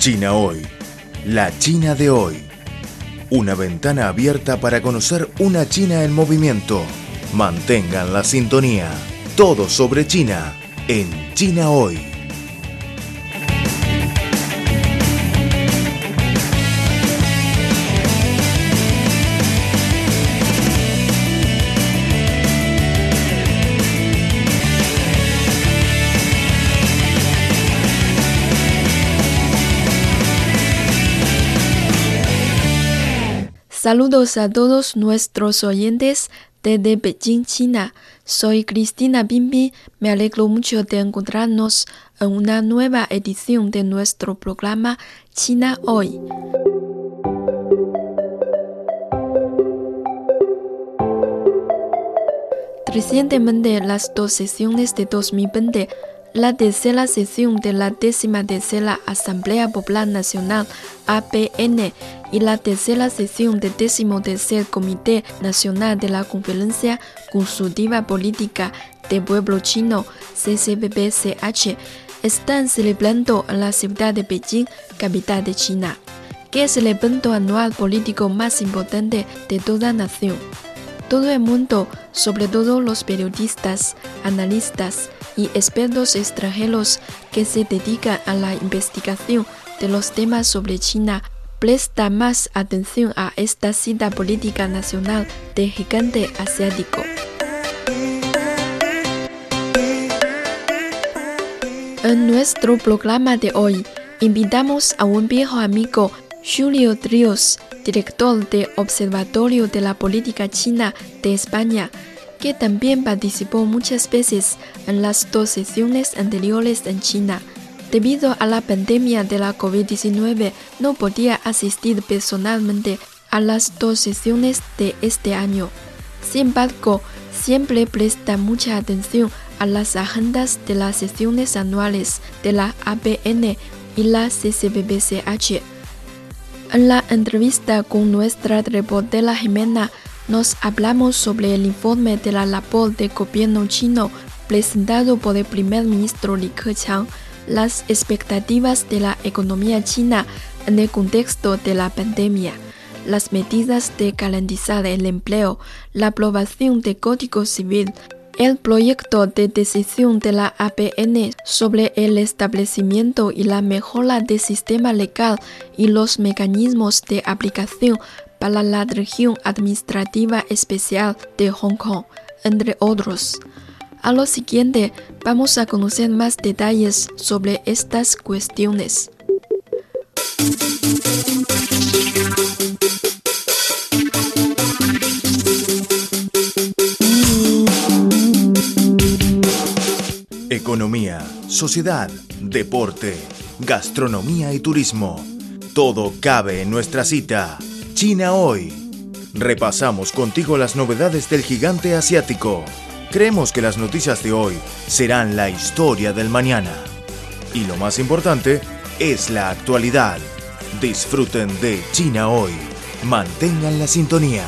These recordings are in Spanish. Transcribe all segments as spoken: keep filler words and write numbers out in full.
China Hoy, la China de hoy. Una ventana abierta para conocer una China en movimiento. Mantengan la sintonía. Todo sobre China en China Hoy. Saludos a todos nuestros oyentes desde Beijing, China. Soy Cristina Bimbi. Me alegro mucho de encontrarnos en una nueva edición de nuestro programa China Hoy. Recientemente, las dos sesiones de dos mil veinte, la tercera sesión de la décima tercera Asamblea Popular Nacional A P N y la tercera sesión del décimo tercer Comité Nacional de la Conferencia Consultiva Política del Pueblo Chino C C P P C H están celebrando en la ciudad de Beijing, capital de China, que es el evento anual político más importante de toda nación. Todo el mundo, sobre todo los periodistas, analistas y expertos extranjeros que se dedican a la investigación de los temas sobre China, presta más atención a esta cita política nacional del gigante asiático. En nuestro programa de hoy, invitamos a un viejo amigo, Julio Ríos, director del Observatorio de la Política China de España, que también participó muchas veces en las dos sesiones anteriores en China. Debido a la pandemia de la COVID diecinueve, no podía asistir personalmente a las dos sesiones de este año. Sin embargo, siempre presta mucha atención a las agendas de las sesiones anuales de la A P N y la C C P P C H. En la entrevista con nuestra reportera Jimena, nos hablamos sobre el informe de la labor del gobierno chino presentado por el primer ministro Li Keqiang, las expectativas de la economía china en el contexto de la pandemia, las medidas de garantizar el empleo, la aprobación del Código Civil, el proyecto de decisión de la A P N sobre el establecimiento y la mejora del sistema legal y los mecanismos de aplicación para la región administrativa especial de Hong Kong, entre otros. A lo siguiente, vamos a conocer más detalles sobre estas cuestiones. Economía, sociedad, deporte, gastronomía y turismo. Todo cabe en nuestra cita. China Hoy. Repasamos contigo las novedades del gigante asiático. Creemos que las noticias de hoy serán la historia del mañana. Y lo más importante es la actualidad. Disfruten de China Hoy. Mantengan la sintonía.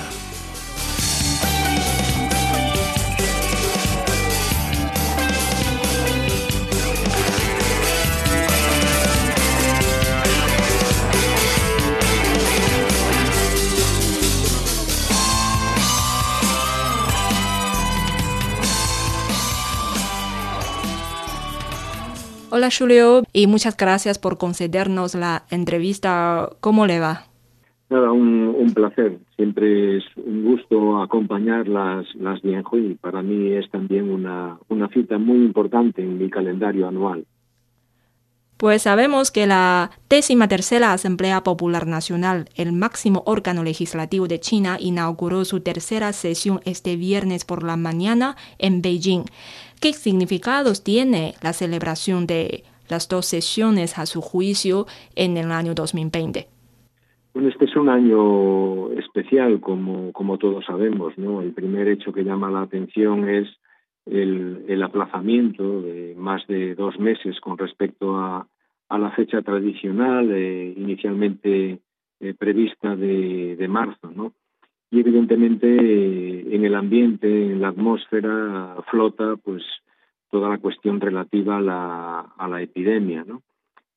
Hola Julio, y muchas gracias por concedernos la entrevista. ¿Cómo le va? Nada, un, un placer. Siempre es un gusto acompañar las, las Lianhui y para mí es también una, una cita muy importante en mi calendario anual. Pues sabemos que la décima tercera Asamblea Popular Nacional, el máximo órgano legislativo de China, inauguró su tercera sesión este viernes por la mañana en Beijing. ¿Qué significados tiene la celebración de las dos sesiones a su juicio en el año dos mil veinte? Bueno, este es un año especial, como, como todos sabemos, ¿no? El primer hecho que llama la atención es el, el aplazamiento de más de dos meses con respecto a, a la fecha tradicional, eh, inicialmente eh, prevista de, de marzo, ¿no? Y evidentemente eh, en el ambiente, en la atmósfera, flota pues toda la cuestión relativa a la, a la epidemia, ¿no?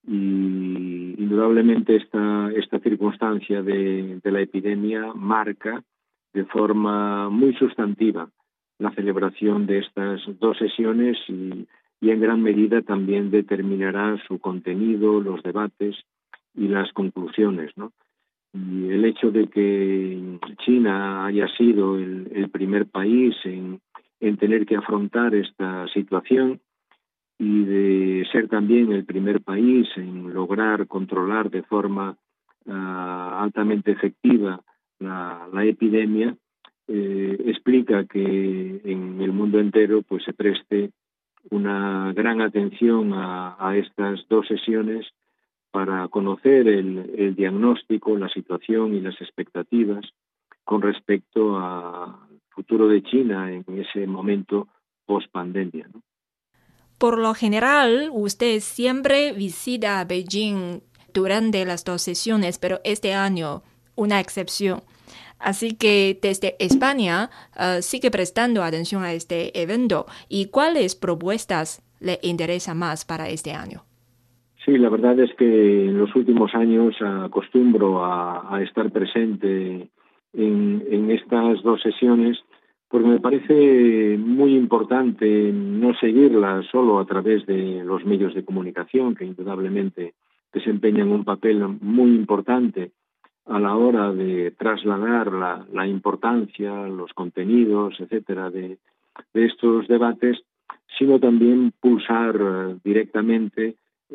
Y indudablemente esta, esta circunstancia de, de la epidemia marca de forma muy sustantiva la celebración de estas dos sesiones y, y en gran medida también determinará su contenido, los debates y las conclusiones, ¿no? Y el hecho de que China haya sido el, el primer país en, en tener que afrontar esta situación y de ser también el primer país en lograr controlar de forma uh, altamente efectiva la, la epidemia, eh, explica que en el mundo entero pues se preste una gran atención a, a estas dos sesiones para conocer el, el diagnóstico, la situación y las expectativas con respecto al futuro de China en ese momento post-pandemia, ¿no? Por lo general, usted siempre visita Beijing durante las dos sesiones, pero este año una excepción. Así que desde España uh, sigue prestando atención a este evento. ¿Y cuáles propuestas le interesan más para este año? Sí, la verdad es que en los últimos años acostumbro a, a estar presente en, en estas dos sesiones porque me parece muy importante no seguirlas solo a través de los medios de comunicación, que indudablemente desempeñan un papel muy importante a la hora de trasladar la, la importancia, los contenidos, etcétera, de, de estos debates, sino también pulsar uh, directamente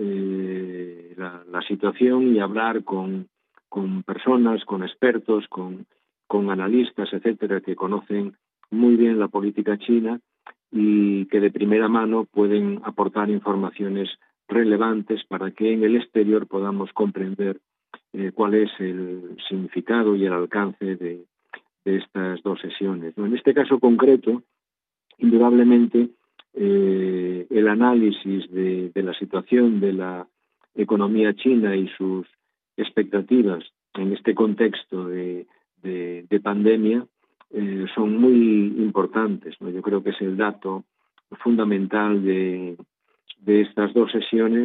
eh, la, la situación y hablar con, con personas, con expertos, con, con analistas, etcétera, que conocen muy bien la política china y que de primera mano pueden aportar informaciones relevantes para que en el exterior podamos comprender eh, cuál es el significado y el alcance de, de estas dos sesiones, ¿no? En este caso concreto, indudablemente, eh, el análisis de, de la situación de la economía china y sus expectativas en este contexto de, de, de pandemia eh, son muy importantes, ¿no? Yo creo que es el dato fundamental de, de estas dos sesiones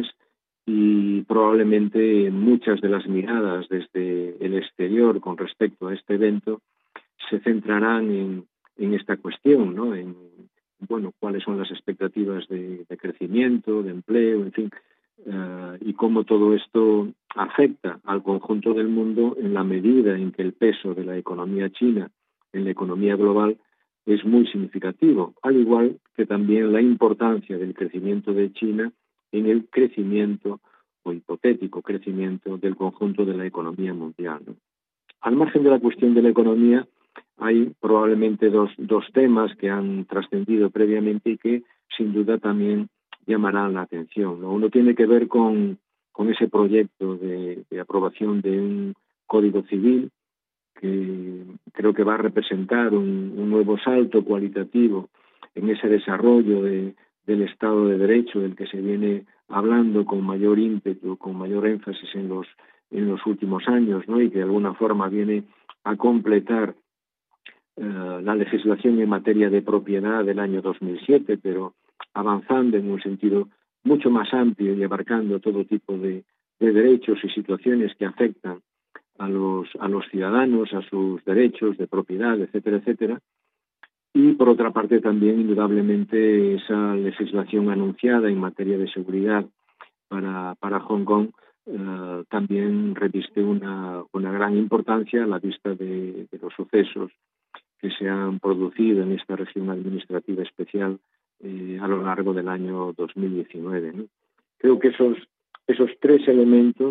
y probablemente muchas de las miradas desde el exterior con respecto a este evento se centrarán en, en esta cuestión, ¿no? En, bueno, cuáles son las expectativas de, de crecimiento, de empleo, en fin, uh, y cómo todo esto afecta al conjunto del mundo en la medida en que el peso de la economía china en la economía global es muy significativo, al igual que también la importancia del crecimiento de China en el crecimiento o hipotético crecimiento del conjunto de la economía mundial, ¿no? Al margen de la cuestión de la economía, hay probablemente dos, dos temas que han trascendido previamente y que sin duda también llamarán la atención, ¿no? Uno tiene que ver con, con ese proyecto de, de aprobación de un código civil que creo que va a representar un, un nuevo salto cualitativo en ese desarrollo de, del Estado de Derecho del que se viene hablando con mayor ímpetu, con mayor énfasis en los, en los últimos años, ¿no? Y que de alguna forma viene a completar uh, la legislación en materia de propiedad del año dos mil siete, pero avanzando en un sentido mucho más amplio y abarcando todo tipo de, de derechos y situaciones que afectan a los, a los ciudadanos, a sus derechos de propiedad, etcétera, etcétera. Y por otra parte también indudablemente esa legislación anunciada en materia de seguridad para, para Hong Kong eh, también reviste una, una gran importancia a la vista de, de los sucesos que se han producido en esta región administrativa especial eh, a lo largo del año dos mil diecinueve, ¿no? Creo que esos, esos tres elementos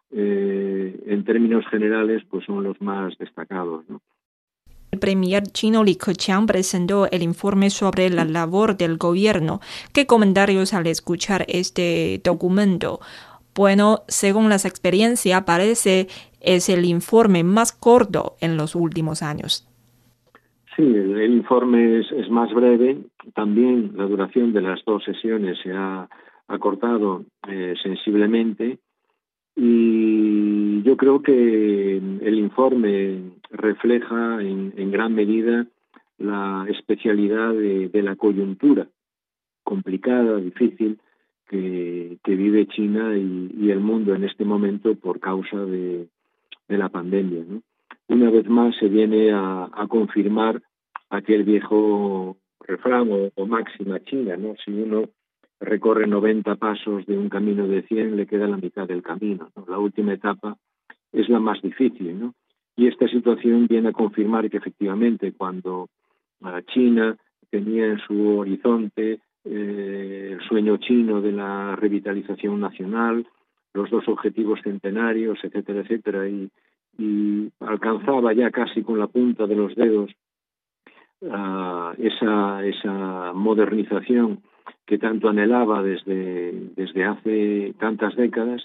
Eh, en términos generales, pues son los más destacados, ¿no? El premier chino Li Keqiang presentó el informe sobre la labor del gobierno. ¿Qué comentarios al escuchar este documento? Bueno, según las experiencias, parece es el informe más corto en los últimos años. Sí, el, el informe es, es más breve. También la duración de las dos sesiones se ha acortado eh, sensiblemente. Y yo creo que el informe refleja en, en gran medida la especialidad de, de la coyuntura complicada, difícil, que, que vive China y, y el mundo en este momento por causa de, de la pandemia, ¿no? Una vez más se viene a, a confirmar aquel viejo refrán o, o máxima china, ¿no? Si uno recorre noventa pasos de un camino de cien, le queda la mitad del camino, ¿no? La última etapa es la más difícil, ¿no? Y esta situación viene a confirmar que efectivamente cuando uh, China tenía en su horizonte eh, el sueño chino de la revitalización nacional, los dos objetivos centenarios, etcétera, etcétera, y, y alcanzaba ya casi con la punta de los dedos uh, esa, esa modernización que tanto anhelaba desde, desde hace tantas décadas,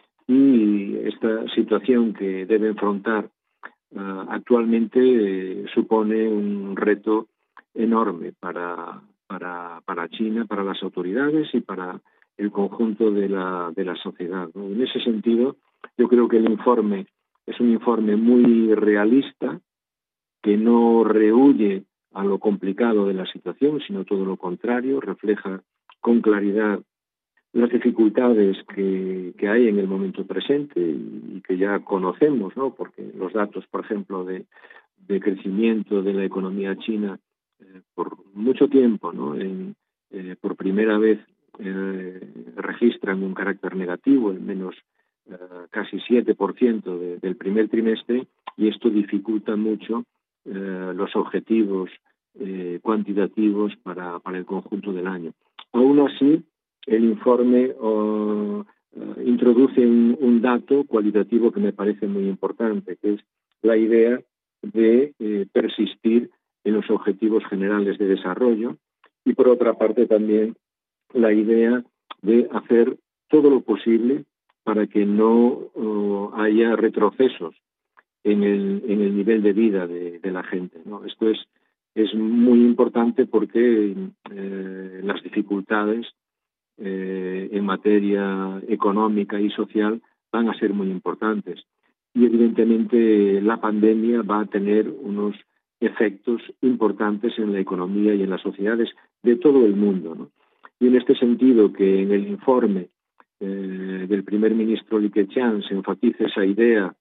y esta situación que debe enfrentar uh, actualmente eh, supone un reto enorme para, para, para China, para las autoridades y para el conjunto de la, de la sociedad, ¿no? En ese sentido, yo creo que el informe es un informe muy realista, que no rehúye a lo complicado de la situación, sino todo lo contrario, refleja con claridad las dificultades que, que hay en el momento presente y que ya conocemos, ¿no? Porque los datos, por ejemplo, de, de crecimiento de la economía china eh, por mucho tiempo, ¿no? En, eh, por primera vez eh, registran un carácter negativo, el menos eh, casi siete por ciento de, del primer trimestre, y esto dificulta mucho eh, los objetivos eh, cuantitativos para, para el conjunto del año. Aún así, el informe uh, uh, introduce un, un dato cualitativo que me parece muy importante, que es la idea de eh, persistir en los objetivos generales de desarrollo, y por otra parte también la idea de hacer todo lo posible para que no uh, haya retrocesos en el, en el nivel de vida de, de la gente, ¿no? Esto es, es muy importante porque eh, las dificultades Eh, en materia económica y social van a ser muy importantes, y evidentemente la pandemia va a tener unos efectos importantes en la economía y en las sociedades de todo el mundo, ¿no? Y en este sentido, que en el informe eh, del primer ministro Li Keqiang se enfatiza esa idea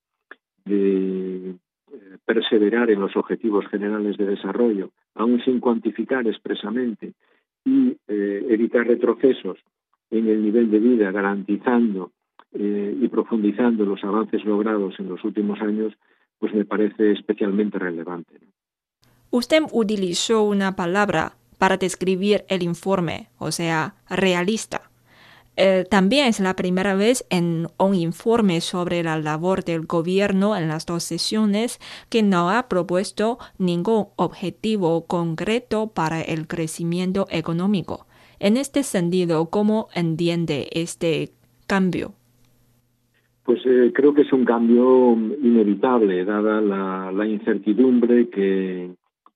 de eh, perseverar en los objetivos generales de desarrollo, aún sin cuantificar expresamente, y eh, evitar retrocesos en el nivel de vida, garantizando eh, y profundizando los avances logrados en los últimos años, pues me parece especialmente relevante. Usted utilizó una palabra para describir el informe, o sea, realista. Eh, también es la primera vez en un informe sobre la labor del gobierno en las dos sesiones que no ha propuesto ningún objetivo concreto para el crecimiento económico. En este sentido, ¿cómo entiende este cambio? Pues eh, creo que es un cambio inevitable, dada la, la incertidumbre que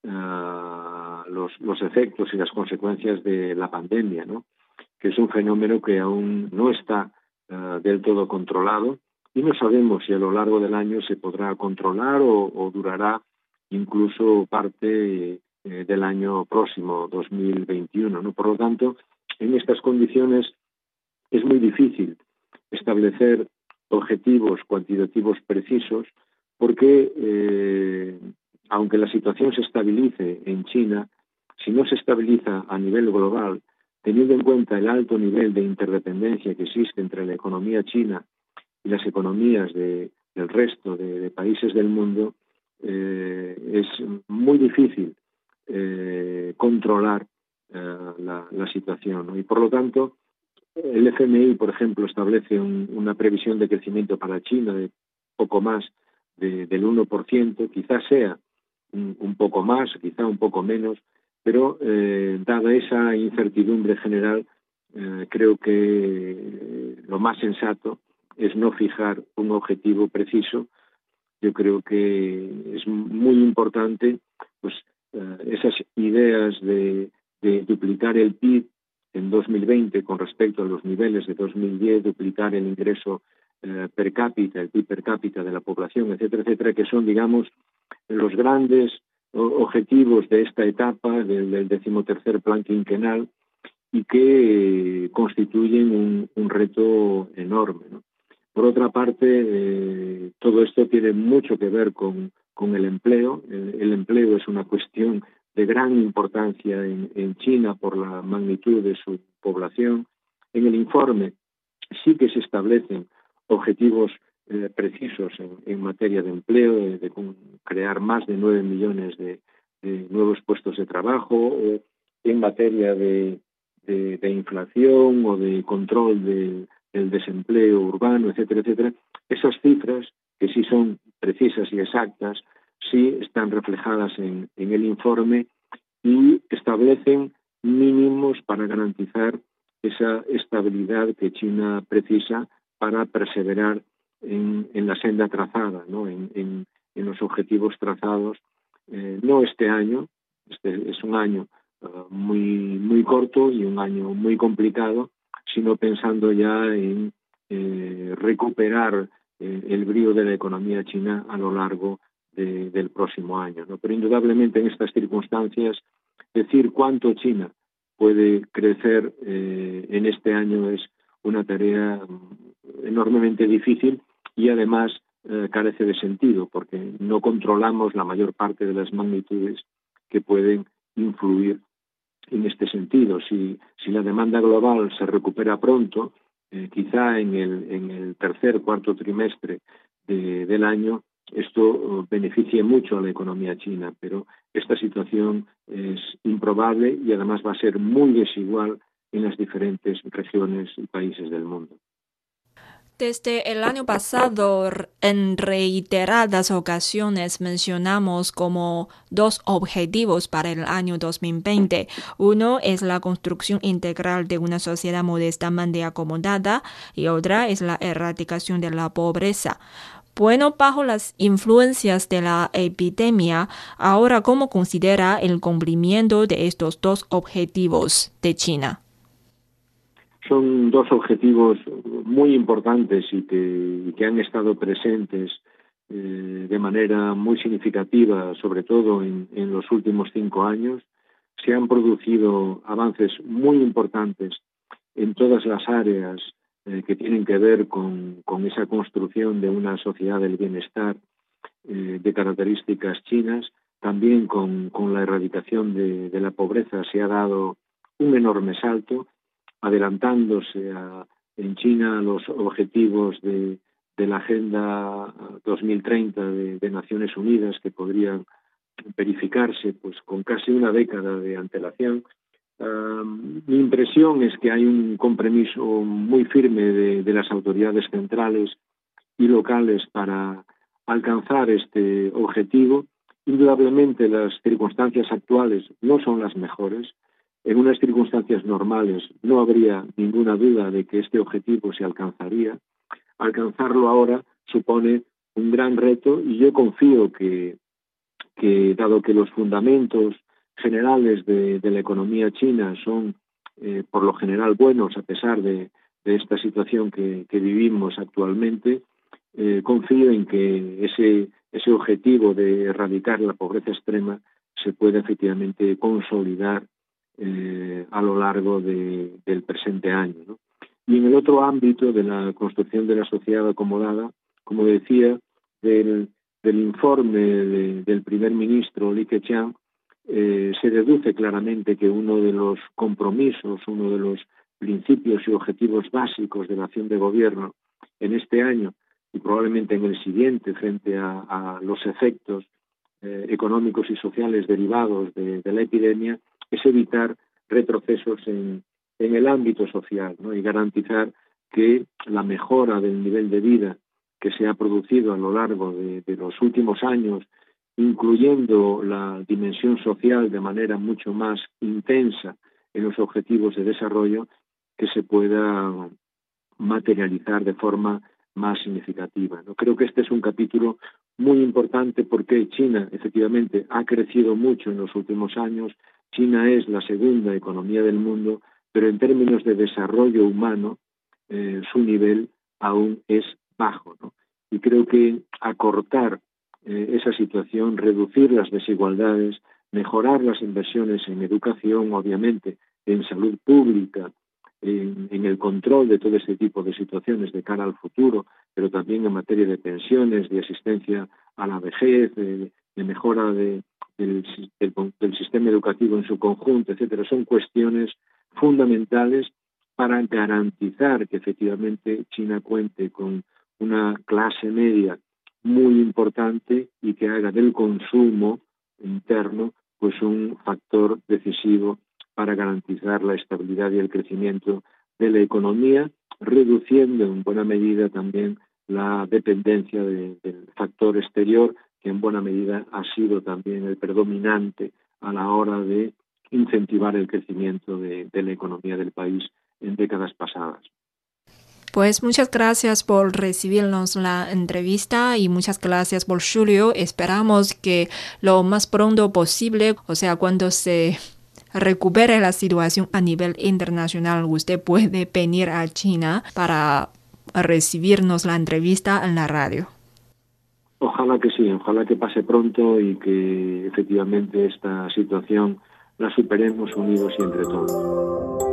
uh, los, los efectos y las consecuencias de la pandemia, ¿no? Que es un fenómeno que aún no está uh, del todo controlado, y no sabemos si a lo largo del año se podrá controlar o, o durará incluso parte eh, del año próximo, dos mil veintiuno, ¿no? Por lo tanto, en estas condiciones es muy difícil establecer objetivos cuantitativos precisos, porque eh, aunque la situación se estabilice en China, si no se estabiliza a nivel global, teniendo en cuenta el alto nivel de interdependencia que existe entre la economía china y las economías de, del resto de, de países del mundo, eh, es muy difícil eh, controlar eh, la, la situación, ¿no? Y por lo tanto, el F M I, por ejemplo, establece un, una previsión de crecimiento para China de poco más de, del uno por ciento, quizás sea un, un poco más, quizá un poco menos, pero eh, dada esa incertidumbre general, eh, creo que eh, lo más sensato es no fijar un objetivo preciso. Yo creo que es muy importante, pues, eh, esas ideas de, de duplicar el P I B en dos mil veinte con respecto a los niveles de dos mil diez, duplicar el ingreso eh, per cápita, el P I B per cápita de la población, etcétera, etcétera, que son, digamos, los grandes objetivos de esta etapa del, del decimotercer plan quinquenal, y que constituyen un, un reto enorme, ¿no? Por otra parte, eh, todo esto tiene mucho que ver con, con el empleo. El, el empleo es una cuestión de gran importancia en, en China por la magnitud de su población. En el informe sí que se establecen objetivos eh, precisos en, en materia de empleo, de, de crear más de nueve millones de, de nuevos puestos de trabajo, o en materia de, de, de inflación o de control de, del desempleo urbano, etcétera, etcétera. Esas cifras, que sí son precisas y exactas, sí están reflejadas en, en el informe y establecen mínimos para garantizar esa estabilidad que China precisa para perseverar en, en la senda trazada, ¿no? en, en, en los objetivos trazados, eh, no este año, este es un año uh, muy, muy corto y un año muy complicado, sino pensando ya en eh, recuperar eh, el brío de la economía china a lo largo de, del próximo año, ¿no? Pero indudablemente en estas circunstancias decir cuánto China puede crecer eh, en este año es una tarea enormemente difícil y además eh, carece de sentido porque no controlamos la mayor parte de las magnitudes que pueden influir en este sentido. Si, si la demanda global se recupera pronto, eh, quizá en el, en el tercer, cuarto trimestre de, del año, esto beneficie mucho a la economía china, pero esta situación es improbable y además va a ser muy desigual en las diferentes regiones y países del mundo. Desde el año pasado, en reiteradas ocasiones mencionamos como dos objetivos para el año dos mil veinte. Uno es la construcción integral de una sociedad modestamente acomodada y otra es la erradicación de la pobreza. Bueno, bajo las influencias de la epidemia, ahora, ¿cómo considera el cumplimiento de estos dos objetivos de China? Son dos objetivos muy importantes y que, y que han estado presentes eh, de manera muy significativa, sobre todo en, en los últimos cinco años. Se han producido avances muy importantes en todas las áreas eh, que tienen que ver con, con esa construcción de una sociedad del bienestar eh, de características chinas. También con, con la erradicación de, de la pobreza se ha dado un enorme salto, adelantándose a, en China los objetivos de, de la Agenda dos mil treinta de, de Naciones Unidas, que podrían verificarse pues con casi una década de antelación. Uh, mi impresión es que hay un compromiso muy firme de, de las autoridades centrales y locales para alcanzar este objetivo. Indudablemente las circunstancias actuales no son las mejores. En unas circunstancias normales no habría ninguna duda de que este objetivo se alcanzaría. Alcanzarlo ahora supone un gran reto y yo confío que, que dado que los fundamentos generales de, de la economía china son eh, por lo general buenos a pesar de, de esta situación que, que vivimos actualmente, eh, confío en que ese, ese objetivo de erradicar la pobreza extrema se pueda efectivamente consolidar Eh, a lo largo de, del presente año, ¿no? Y en el otro ámbito de la construcción de la sociedad acomodada, como decía, del, del informe de, del primer ministro Li Keqiang, eh, se deduce claramente que uno de los compromisos, uno de los principios y objetivos básicos de la acción de gobierno en este año y probablemente en el siguiente frente a, a los efectos eh, económicos y sociales derivados de, de la epidemia es evitar retrocesos en, en el ámbito social, ¿no? Y garantizar que la mejora del nivel de vida que se ha producido a lo largo de, de los últimos años, incluyendo la dimensión social de manera mucho más intensa en los objetivos de desarrollo, que se pueda materializar de forma más significativa, ¿no? Creo que este es un capítulo muy importante porque China efectivamente ha crecido mucho en los últimos años. China es la segunda economía del mundo, pero en términos de desarrollo humano, eh, su nivel aún es bajo, ¿no? Y creo que acortar eh, esa situación, reducir las desigualdades, mejorar las inversiones en educación, obviamente en salud pública, en, en el control de todo este tipo de situaciones de cara al futuro, pero también en materia de pensiones, de asistencia a la vejez, de, de mejora de, del, del, del sistema educativo en su conjunto, etcétera. Son cuestiones fundamentales para garantizar que efectivamente China cuente con una clase media muy importante y que haga del consumo interno pues un factor decisivo para garantizar la estabilidad y el crecimiento de la economía, reduciendo en buena medida también la dependencia de, del factor exterior, que en buena medida ha sido también el predominante a la hora de incentivar el crecimiento de, de la economía del país en décadas pasadas. Pues muchas gracias por recibirnos la entrevista y muchas gracias por Julio. Esperamos que lo más pronto posible, o sea, cuando se recupere la situación a nivel internacional, usted puede venir a China para recibirnos la entrevista en la radio. Ojalá que sí, ojalá que pase pronto y que efectivamente esta situación la superemos unidos y entre todos.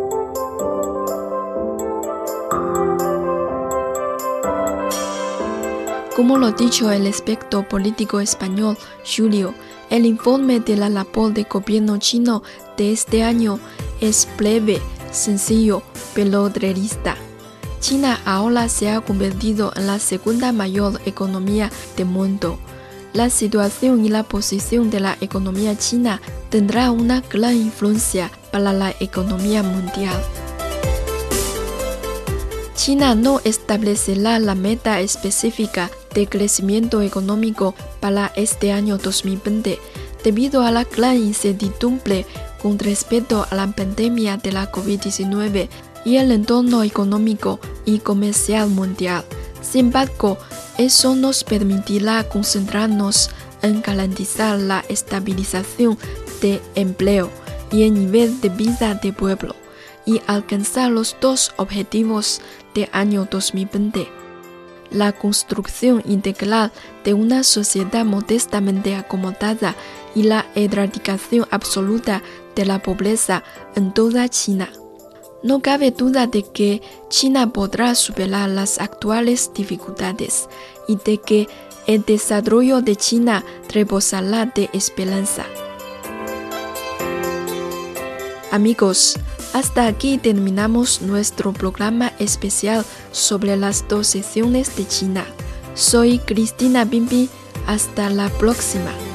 Como lo dicho el experto político español Julio, el informe de la labor del gobierno chino de este año es breve, sencillo, pero realista. China ahora se ha convertido en la segunda mayor economía del mundo. La situación y la posición de la economía china tendrá una gran influencia para la economía mundial. China no establecerá la meta específica de crecimiento económico para este año dos mil veinte, debido a la gran incertidumbre con respecto a la pandemia de la COVID diecinueve y el entorno económico y comercial mundial. Sin embargo, eso nos permitirá concentrarnos en garantizar la estabilización de empleo y el nivel de vida del pueblo, y alcanzar los dos objetivos del año dos mil veinte. La construcción integral de una sociedad modestamente acomodada y la erradicación absoluta de la pobreza en toda China. No cabe duda de que China podrá superar las actuales dificultades y de que el desarrollo de China rebosará de esperanza. Amigos, hasta aquí terminamos nuestro programa especial sobre las dos sesiones de China. Soy Cristina Bimbi. Hasta la próxima.